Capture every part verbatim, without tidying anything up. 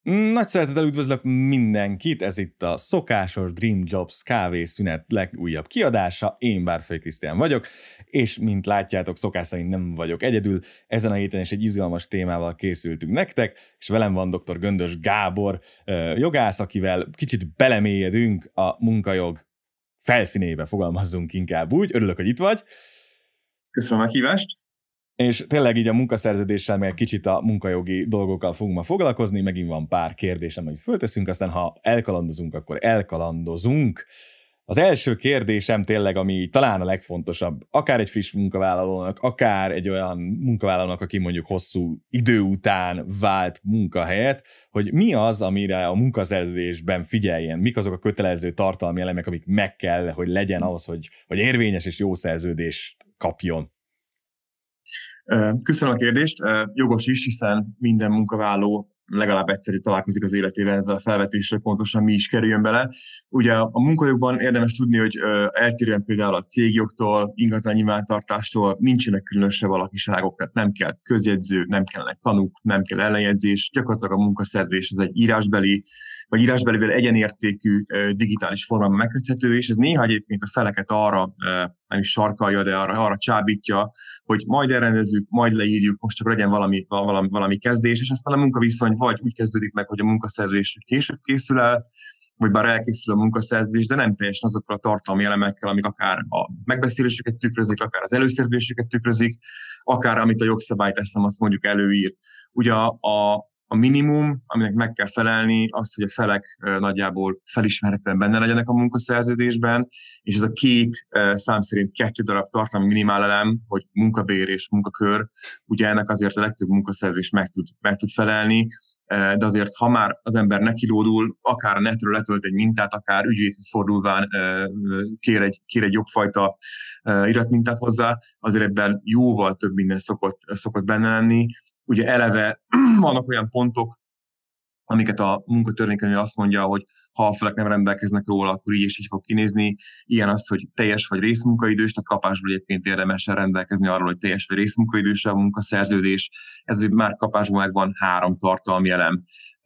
Nagy szeretettel üdvözlök mindenkit, ez itt a szokásos Dream Jobs kávészünet legújabb kiadása, én Bártfai Krisztián vagyok, és mint látjátok, szokás szerint nem vagyok egyedül, ezen a héten is egy izgalmas témával készültünk nektek, és velem van dr. Göndös Gábor, jogász, akivel kicsit belemélyedünk a munkajog felszínébe, fogalmazzunk inkább úgy. Örülök, hogy itt vagy. Köszönöm a meghívást. És tényleg így a munkaszerződéssel, meg kicsit a munkajogi dolgokkal fogunk ma foglalkozni, megint van pár kérdésem, amit fölteszünk, aztán ha elkalandozunk, akkor elkalandozunk. Az első kérdésem tényleg, ami talán a legfontosabb, akár egy friss munkavállalónak, akár egy olyan munkavállalónak, aki mondjuk hosszú idő után vált munkahelyet, hogy mi az, amire a munkaszerződésben figyeljen, mik azok a kötelező tartalmi elemek, amik meg kell, hogy legyen ahhoz, hogy, hogy érvényes és jó szerződést kapjon. Köszönöm a kérdést. Jogos is, hiszen minden munkavállaló legalább egyszer találkozik az életével ezzel a felvetéssel, pontosan mi is kerüljön bele. Ugye a munkajogban érdemes tudni, hogy eltérően például a cégjogtól, ingatlan nyilvántartástól nincsenek különösebb alakiságok, tehát nem kell közjegyző, nem kellnek tanúk, nem kell ellenjegyzés, gyakorlatilag a munkaszerződés az egy írásbeli, vagy írásbelivel egyenértékű digitális formában megköthető, és ez néha egyébként a feleket arra nem is sarkalja, de arra, arra csábítja, hogy majd elrendezzük, majd leírjuk, most csak legyen valami, valami, valami kezdés, és aztán a munkaviszony vagy úgy kezdődik meg, hogy a munkaszerződés később készül el, vagy bár elkészül a munkaszerződés, de nem teljesen azokkal a tartalmi elemekkel, amik akár a megbeszélésüket tükrözik, akár az előszerződésüket tükrözik, akár amit a jogszabály teszem, azt mondjuk előír. Ugye a, a minimum, aminek meg kell felelni, az, hogy a felek nagyjából felismerhetően benne legyenek a munkaszerződésben, és ez a két szám szerint kettő darab tartalmi minimálelem, hogy munkabér és munkakör, ugye ennek azért a legtöbb munkaszerződés meg tud, meg tud felelni, de azért, ha már az ember nekilódul, akár a netről letölt egy mintát, akár ügyvédhez fordulván kér egy, kér egy jogfajta iratmintát hozzá, azért ebben jóval több minden szokott, szokott benne lenni. Ugye eleve vannak olyan pontok, amiket a munkatörvénykönyv azt mondja, hogy ha a felek nem rendelkeznek róla, akkor így és így fog kinézni. Ilyen az, hogy teljes vagy részmunkaidős, tehát kapásból egyébként érdemes rendelkezni arról, hogy teljes vagy részmunkaidős a munkaszerződés. Ez már kapásból megvan három tartalmi elem.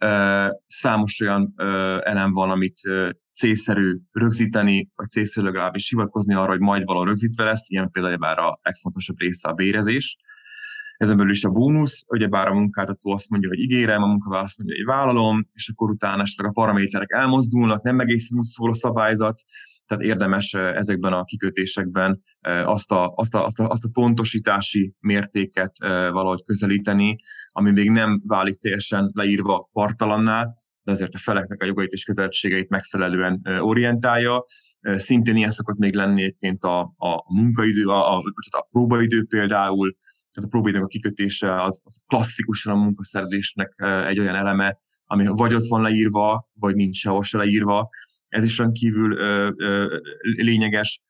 Számos olyan elem van, amit célszerű rögzíteni, vagy célszerű legalábbis hivatkozni arra, hogy majd valahol rögzítve lesz, ilyen például bár a legfontosabb része a bérezés. Ezen belül is a bónusz, ugyebár a munkáltató azt mondja, hogy ígérem, a munkavállaló azt mondja, hogy vállalom, és akkor utána esetleg a paraméterek elmozdulnak, nem egészen úgy szól a szabályzat, tehát érdemes ezekben a kikötésekben azt a, azt a, azt a, azt a pontosítási mértéket valahogy közelíteni, ami még nem válik teljesen leírva partalanná, de azért a feleknek a jogait és kötelezettségeit megfelelően orientálja. Szintén ilyen szokott még lenni egyébként a, a munkaidő, a, a, a próbaidő például, tehát a próbaidőnek a kikötése az, az klasszikusan a munkaszerződésnek egy olyan eleme, ami vagy ott van leírva, vagy nincs sehol se leírva. Ez is rendkívül ö, ö, lényeges.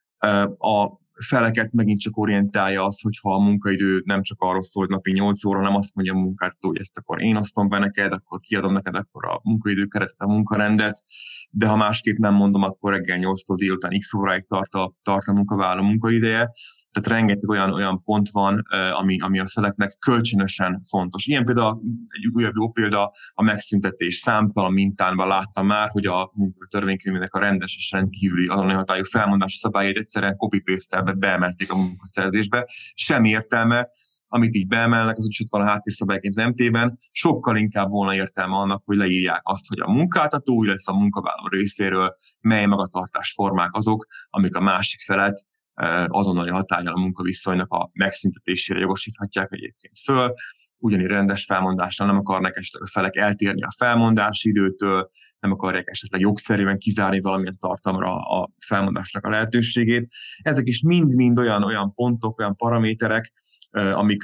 A feleket megint csak orientálja az, hogyha a munkaidő nem csak arról szól, hogy napi nyolc óra, nem azt mondja a munkáltató, hogy ezt akkor én osztom be neked, akkor kiadom neked akkor a munkaidőkeretet, a munkarendet, de ha másképp nem mondom, akkor reggel nyolctól délután x óráig tart a, tart a munkavállaló munkaideje. Tehát rengeteg olyan, olyan pont van, ami, ami a feleknek kölcsönösen fontos. Ilyen például egy újabb jó példa a megszüntetés. Számtalan mintánban láttam már, hogy a munkatörvénykönyvének a rendes és rendkívüli azonnali hatályú felmondási szabályait egyszerűen copy-paste-tel beemelték a munkaszerződésbe. Semmi értelme, amit így beemelnek, az úgyis ott van a háttérszabályként az em té-ben, sokkal inkább volna értelme annak, hogy leírják azt, hogy a munkáltató, illetve a munkavállaló részéről mely magatartásformák azok, amik a másik felet azonnali hatállyal a munkaviszonynak a megszüntetésére jogosíthatják egyébként föl. Ugyanígy rendes felmondással nem akarnak esetleg a felek eltérni a felmondási időtől, nem akarják esetleg jogszerűen kizárni valamilyen tartalomra a felmondásnak a lehetőségét. Ezek is mind-mind olyan, olyan pontok, olyan paraméterek, amik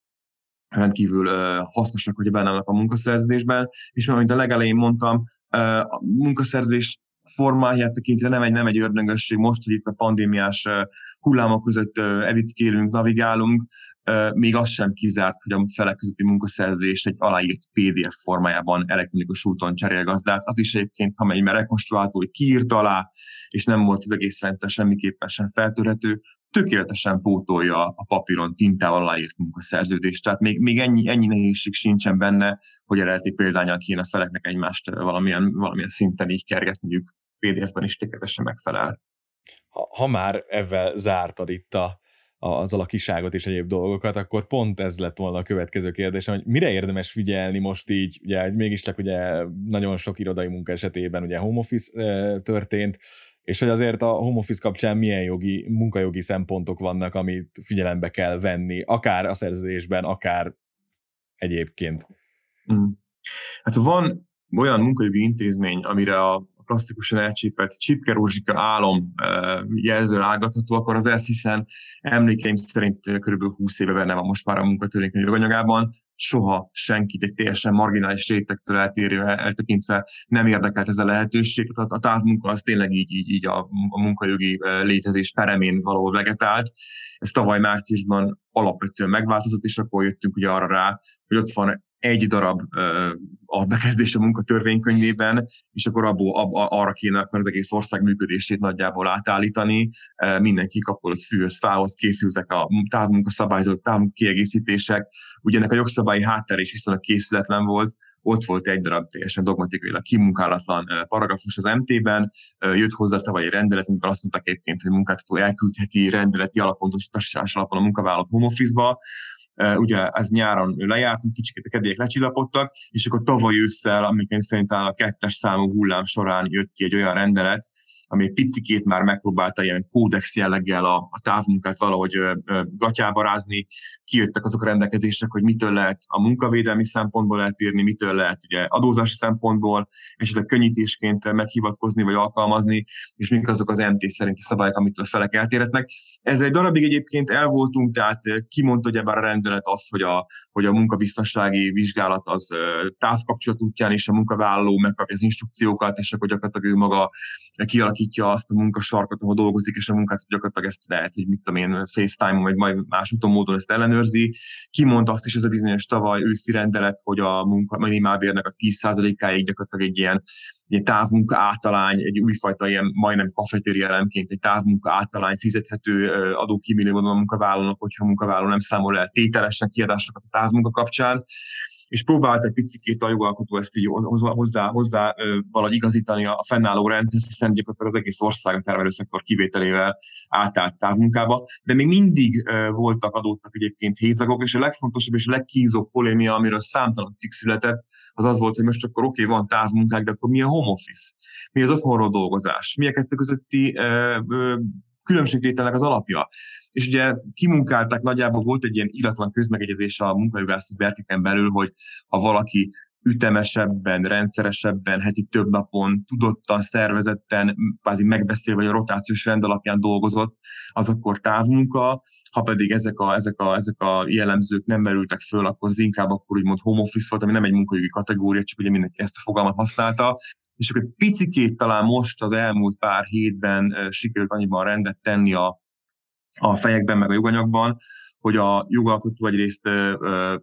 rendkívül hasznosak, hogy benne vannak a munkaszerződésben, és mint a legelején mondtam, a munkaszerződés formáját tekintve nem egy, nem egy ördöngösség most, hogy itt a pandémiás hullámok között evickélünk, navigálunk, még az sem kizárt, hogy a felek közötti munkaszerződés egy aláírt pé dé ef formájában elektronikus úton cserél gazdát. Az is egyébként, ha melyben rekonstruálható, hogy kiírt alá, és nem volt az egész rendszer semmiképpen sem feltörhető, tökéletesen pótolja a papíron tintával aláírt munkaszerződést. Tehát még, még ennyi, ennyi nehézség sincsen benne, hogy eredeti példánnyal kéne a feleknek egymást valamilyen, valamilyen szinten így kergetniük. pé dé ef-ben is tökéletesen megfelel. Ha, ha már ezzel zártad itt a, a, az alakiságot és egyéb dolgokat, akkor pont ez lett volna a következő kérdésem, hogy mire érdemes figyelni most így, ugye mégiscsak ugye nagyon sok irodai munka esetében ugye home office e, történt, és hogy azért a home office kapcsán milyen jogi, munkajogi szempontok vannak, amit figyelembe kell venni, akár a szerződésben, akár egyébként. Mm. Hát van olyan munkajogi intézmény, amire a klasszikusan elcsépelt Csipke Rózsika álom jelző rágatható, akkor az ez, hiszen emlékeim szerint kb. húsz éve benne van most már a munkatörvénykönyv joganyagában, soha senkit egy teljesen marginális rétegtől eltérő eltekintve nem érdekelt ez a lehetőség. A távmunka az tényleg így, így, így a, a munkajogi létezés peremén valahol vegetált. Ez tavaly márciusban alapvetően megváltozott, és akkor jöttünk ugye arra rá, hogy ott van egy darab uh, a bekezdés a munkatörvénykönyvében, és akkor abból ab, arra kéne akkor az egész ország működését nagyjából átállítani. Uh, mindenki kapott fűhöz, fához, készültek a távmunkaszabályzók, távmunkakiegészítések. Ugyanek a jogszabályi háttér is viszonylag készületlen volt, ott volt egy darab teljesen dogmatikailag kimunkálatlan uh, paragrafus az em té-ben, uh, jött hozzá tavaly egy rendelet, amiben azt mondták egyébként, hogy munkáltató elküldheti rendeleti alapontosítás alapon a munkavállalót home office-ba. Uh, ugye ez nyáron lejártunk, kicsit a kedélyek lecsillapodtak, és akkor tavaly ősszel, amikor szerint a kettes számú hullám során jött ki egy olyan rendelet, ami egy picikét már megpróbálta ilyen kódex jelleggel a, a távmunkát valahogy ö, ö, gatyába rázni. Kijöttek azok a rendelkezések, hogy mitől lehet a munkavédelmi szempontból eltérni, mitől lehet ugye adózási szempontból, és a könnyítésként meghivatkozni vagy alkalmazni, és mik azok az em té szerinti szabályok, amitől a felek eltérhetnek. Ezzel egy darabig egyébként el voltunk, tehát kimondta ugyebár a rendelet azt, hogy a, hogy a munkabiztonsági vizsgálat az távkapcsolat útján is a munkavállaló megkapja az instrukciókat, és akkor gyakorlatilag ő maga kialakítja azt a munkasarkot, ahol dolgozik, és a munkát gyakorlatilag ezt lehet, hogy mit tudom én, FaceTime-on, vagy majd más úton módon ezt ellenőrzi. Kimondta azt is ez a bizonyos tavaly őszi rendelet, hogy a munka minimálbérnek a tíz százalékáig gyakorlatilag egy ilyen, egy távmunka általány, egy újfajta ilyen majdnem kafetéria elemként egy távmunka általány fizethető adókímélő a munkavállalónak, hogyha a munkavállaló nem számol el tételesen kiadásokat a távmunka kapcsán. És próbált egy picit a jogalkotó ezt így hozzá, hozzá valahogy igazítani a fennálló rendhez, hiszen gyakorlatilag az egész ország a termelőszektor kivételével átállt távmunkába, de még mindig voltak, adódtak egyébként hézagok, és a legfontosabb és a legkínzóbb polémia, amiről számtalan cikk született, az az volt, hogy most akkor oké, okay, van távmunkák, de akkor mi a home office? Mi az otthonról dolgozás? Mi a kettő közötti ö, ö, különbségtételnek az alapja? És ugye kimunkálták, nagyjából volt egy ilyen iratlan közmegegyezés a munkajogászi berkeken belül, hogy ha valaki ütemesebben, rendszeresebben, heti több napon, tudottan, szervezetten, kvázi megbeszélve, vagy a rotációs rend alapján dolgozott, az akkor távmunka, ha pedig ezek a, ezek a, ezek a jellemzők nem merültek föl, akkor az inkább akkor úgymond home office volt, ami nem egy munkajogi kategória, csak ugye mindenki ezt a fogalmat használta. És akkor egy picikét talán most az elmúlt pár hétben sikerült annyiban rendet tenni a a fejekben, meg a joganyagban, hogy a jogalkotó egyrészt ö, ö,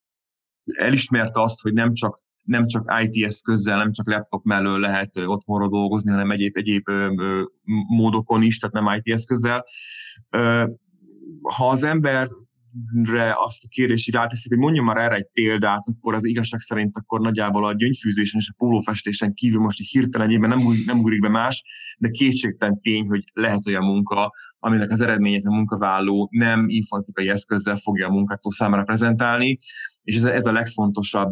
elismerte azt, hogy nem csak, nem csak i té eszközzel, nem csak laptop mellől lehet ö, otthonról dolgozni, hanem egyéb, egyéb ö, ö, módokon is, tehát nem i té eszközzel. Ö, ha az ember azt a kérdést így ráteszik, hogy mondjon már erre egy példát, akkor az igazság szerint akkor nagyjából a gyöngyfűzésen és a pólófestésen kívül most így hirtelenjében nem, nem ugrik be más, de kétségtelen tény, hogy lehet olyan munka, aminek az eredményét a munkavállaló nem informatikai eszközzel fogja a munkától számára prezentálni, és ez, ez a legfontosabb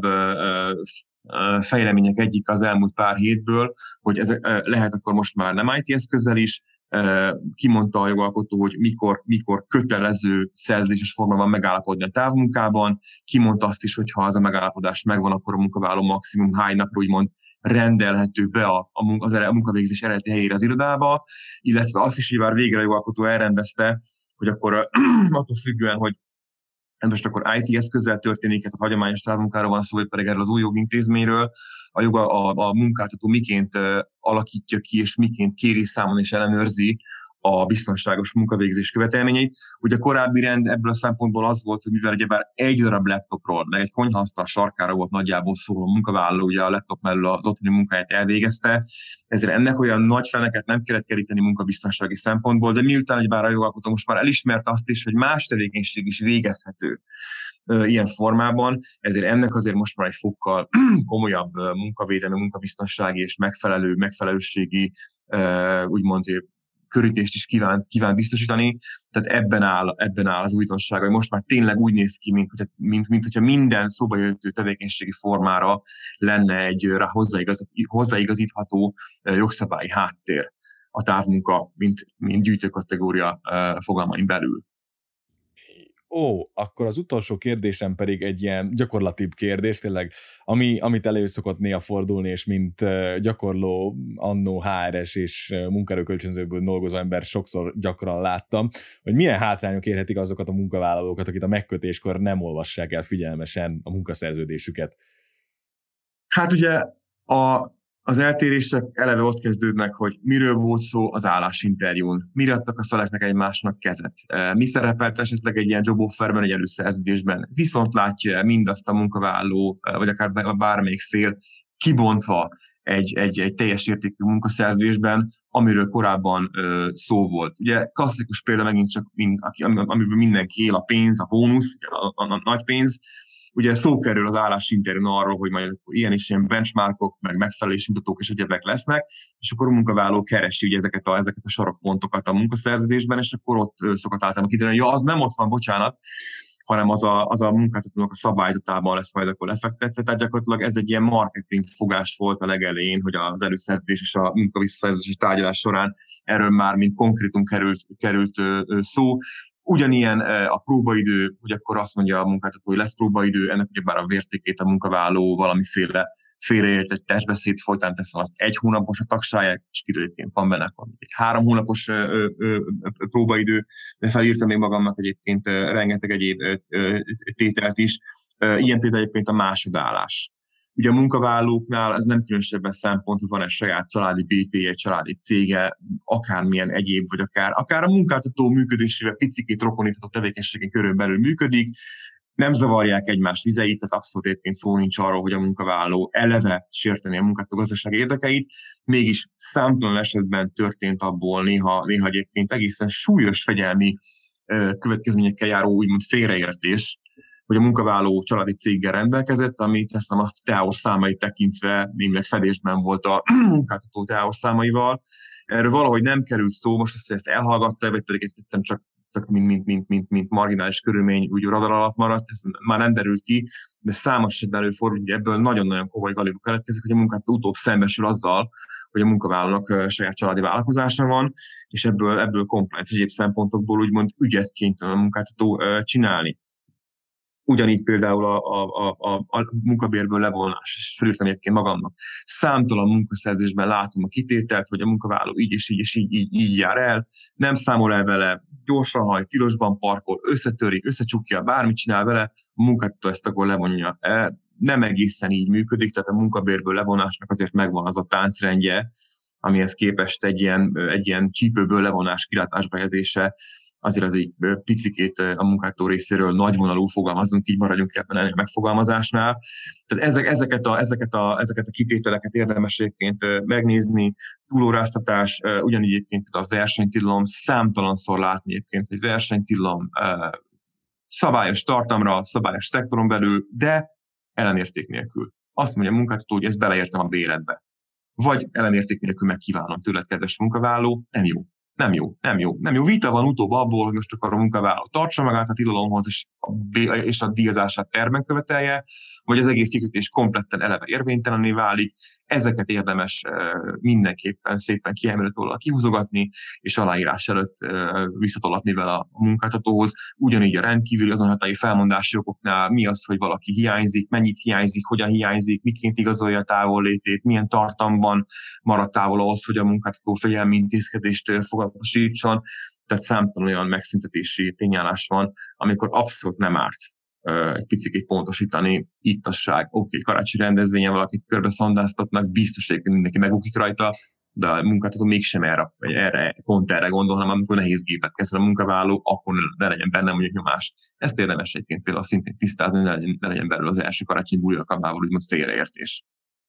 fejlemények egyik az elmúlt pár hétből, hogy ez lehet akkor most már nem i té eszközzel is, kimondta a jogalkotó, hogy mikor, mikor kötelező szerződéses formában megállapodni a távmunkában, kimondta azt is, hogy ha az a megállapodás megvan, akkor a munkavállaló maximum hány napra úgymond rendelhető be a, a, munka, a munkavégzés eredeti helyére az irodába, illetve azt is, hogy már végre a jogalkotó elrendezte, hogy akkor attól függően, hogy most akkor i té eszközzel történik, tehát a hagyományos távmunkáról van szó, vagy pedig erről az új jogintézményről, a, joga, a, a munkáltató miként uh, alakítja ki, és miként kéri számon és ellenőrzi a biztonságos munkavégzés követelményeit. Ugye a korábbi rend ebből a szempontból az volt, hogy mivel ugyebár egy darab laptopról, meg egy konyhaasztal sarkára volt nagyjából szóló munkavállaló, ugye a laptop mellől az otthoni munkáját elvégezte, ezért ennek olyan nagy feneket nem kellett keríteni munkabiztonsági szempontból, de miután ugyebár a jogalkotó most már elismert azt is, hogy más tevékenység is végezhető ilyen formában, ezért ennek azért most már egy fokkal komolyabb munkavédelmi, munkabiztonsági és megfelelő, megfelelőségi, úgymond körítést is kívánt, kívánt biztosítani, tehát ebben áll, ebben áll az újdonság, hogy most már tényleg úgy néz ki, mint, hogy, mint, mint hogyha minden szóba jöttő tevékenységi formára lenne egy rá hozzáigazít, hozzáigazítható jogszabályi háttér a távmunka, mint, mint gyűjtőkategória fogalmain belül. Ó, akkor az utolsó kérdésem pedig egy ilyen gyakorlatibb kérdés, tényleg, ami, amit elő szokott néha fordulni, és mint gyakorló annó há er es és munkaerőkölcsönzőből dolgozó ember sokszor gyakran láttam, hogy milyen hátrányok érhetik azokat a munkavállalókat, akik a megkötéskor nem olvassák el figyelmesen a munkaszerződésüket. Hát ugye a Az eltérések eleve ott kezdődnek, hogy miről volt szó az állásinterjún, mire adtak a feleknek egymásnak kezet, mi szerepelt esetleg egy ilyen job offerben, egy előszerződésben, viszont látja mindazt a munkavállaló, vagy akár bármelyik fél kibontva egy, egy, egy teljes értékű munkaszerződésben, amiről korábban ö, szó volt. Ugye klasszikus példa megint csak, mind, amiből mindenki él, a pénz, a bónusz, a, a, a nagy pénz. Ugye szó kerül az állásinterjún arról, hogy majd ilyen és ilyen benchmarkok, meg megfelelési mutatók és egyebek lesznek, és akkor a munkavállaló keresi ugye ezeket a, ezeket a sarokpontokat a munkaszerződésben, és akkor ott szokott általában kiderülni, hogy ja, az nem ott van, bocsánat, hanem az a, az a munkáltatónak a szabályzatában lesz majd akkor lefektetve. Tehát gyakorlatilag ez egy ilyen marketing fogás volt a legelején, hogy az előszerződés és a munkavisszaszerződési tárgyalás során erről már mint konkrétum került, került szó. Ugyanilyen a próbaidő, hogy akkor azt mondja a munkáltató, hogy lesz próbaidő, ennek ugyebár a vértékét a munkavállaló valamiféle félreértett testbeszéd folytán teszem azt egy hónapos a tagságják, és kiderülként van benne egy három hónapos ö, ö, ö, próbaidő, de felírtam még magamnak egyébként rengeteg egyéb ö, tételt is. Ilyen például egyébként a másodállás. Ugye a munkavállalóknál ez nem különösebben szempont, hogy van egy saját családi bé té, egy családi cége, akármilyen egyéb, vagy akár, akár a munkáltató működésével picikét rokonítható tevékenységen körül belül működik, nem zavarják egymást vizeit, tehát abszolút egyébként szó nincs arról, hogy a munkavállaló eleve sérteni a munkáltató gazdasági érdekeit, mégis számtalan esetben történt abból néha, néha egyébként egészen súlyos fegyelmi következményekkel járó úgymond félreértés, hogy a munkavállaló családi céggel rendelkezett, ami teszem azt té á o számait tekintve némileg fedésben volt a munkáltató té á o számaival. Erről valahogy nem került szó, most azt, hogy ezt elhallgatta, vagy pedig ezt egyszerűen csak, csak mint, mint, mint, mint, mint marginális körülmény úgy radar alatt maradt, ez már nem derült ki, de számos esetben előfordul, hogy ebből nagyon-nagyon komoly galibuk keletkezik, hogy a munkáltató utóbb szembesül azzal, hogy a munkavállalónak saját családi vállalkozása van, és ebből, ebből compliance egyéb szempontokból úgymond ügyet kénytelen a munkáltató csinálni. Ugyanígy például a, a, a, a munkabérből levonás, és felírtam egyébként magamnak. Számtalan munkaszerzésben látom a kitételt, hogy a munkavállaló így és így és így, így, így jár el, nem számol el vele, gyorsan hajt, tilosban parkol, összetörik, összecsukja, bármit csinál vele, a munkáltató ezt akkor levonja. Nem egészen így működik, tehát a munkabérből levonásnak azért megvan az a táncrendje, amihez képest egy ilyen, egy ilyen csípőből levonás kilátásba helyezése azért az egy picikét a munkáltató részéről nagyvonalú, fogalmazunk, így maradjunk ebben a megfogalmazásnál. Tehát ezek, ezeket, a, ezeket, a, ezeket a kitételeket érdemes egyébként megnézni, túlóráztatás, ugyanígy egyébként a versenytilalom, számtalanszor látni egyébként, hogy versenytilalom szabályos tartamra, szabályos szektoron belül, de ellenérték nélkül. Azt mondja a munkáltató, hogy ezt beleértem a béredbe. Vagy ellenérték nélkül megkívánom tőled, kedves munkavállaló, nem jó. Nem jó, nem jó. Nem jó. Vita van utóbb abból, hogy most akkor a munkavállaló tartsa magát a tilalomhoz, és a, és a díjazását terben követelje, vagy az egész kikötés kompletten eleve érvénytelenné válik. Ezeket érdemes mindenképpen szépen kiemelőtollal kihúzogatni, és aláírás előtt visszatolatni vele a munkáltatóhoz. Ugyanígy a rendkívüli azonhatályú felmondási jogoknál mi az, hogy valaki hiányzik, mennyit hiányzik, hogyan hiányzik, miként igazolja a távollétét, milyen tartamban marad távol ahhoz, hogy a munkáltató fegyelmi intézkedést fogadasítson. Tehát számtalan olyan megszüntetési tényállás van, amikor abszolút nem árt egy picit pontosítani, ittasság, oké, okay, karácsi rendezvényen valakit körbe szondáztatnak, biztos, hogy mindenki megbukik rajta, de a munkáltató mégsem erre, vagy erre, pont erre gondol, hanem amikor nehéz gépet kezd a munkavállaló, akkor ne legyen benne mondjuk nyomás. Ezt érdemes egyébként például szintén tisztázni, ne legyen, ne legyen belül az első karácsonyi buli alkalmával úgymond félreértés.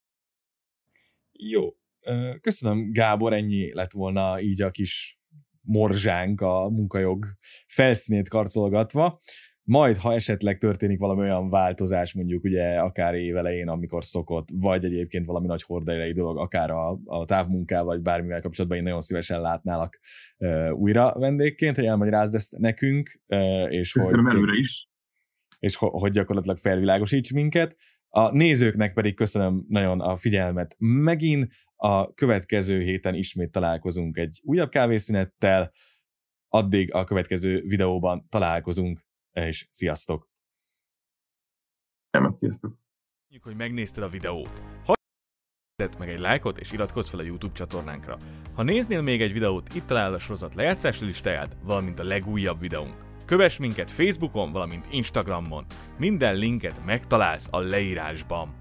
Jó. Köszönöm, Gábor, ennyi lett volna így a kis morzsánk a munkajog felszínét karcolgatva. Majd, ha esetleg történik valami olyan változás, mondjuk ugye akár évelején, amikor szokott, vagy egyébként valami nagy horderejű dolog, akár a, a távmunkával, vagy bármivel kapcsolatban, én nagyon szívesen látnálak uh, újra vendégként, hogy elmagyarázd ezt nekünk, uh, és Köszönöm hogy, előre is. és ho- hogy gyakorlatilag felvilágosíts minket. A nézőknek pedig köszönöm nagyon a figyelmet megint. A következő héten ismét találkozunk egy újabb kávészünettel, addig a következő videóban találkozunk, és sziasztok! Nem, sziasztok! Köszönjük, hogy megnézted a videót. Ha tedd meg egy lájkot és iratkozz fel a YouTube csatornánkra. Ha néznél még egy videót, itt találod a sorozat lejátszási listáját, valamint a legújabb videónk. Kövess minket Facebookon, valamint Instagramon. Minden linket megtalálsz a leírásban.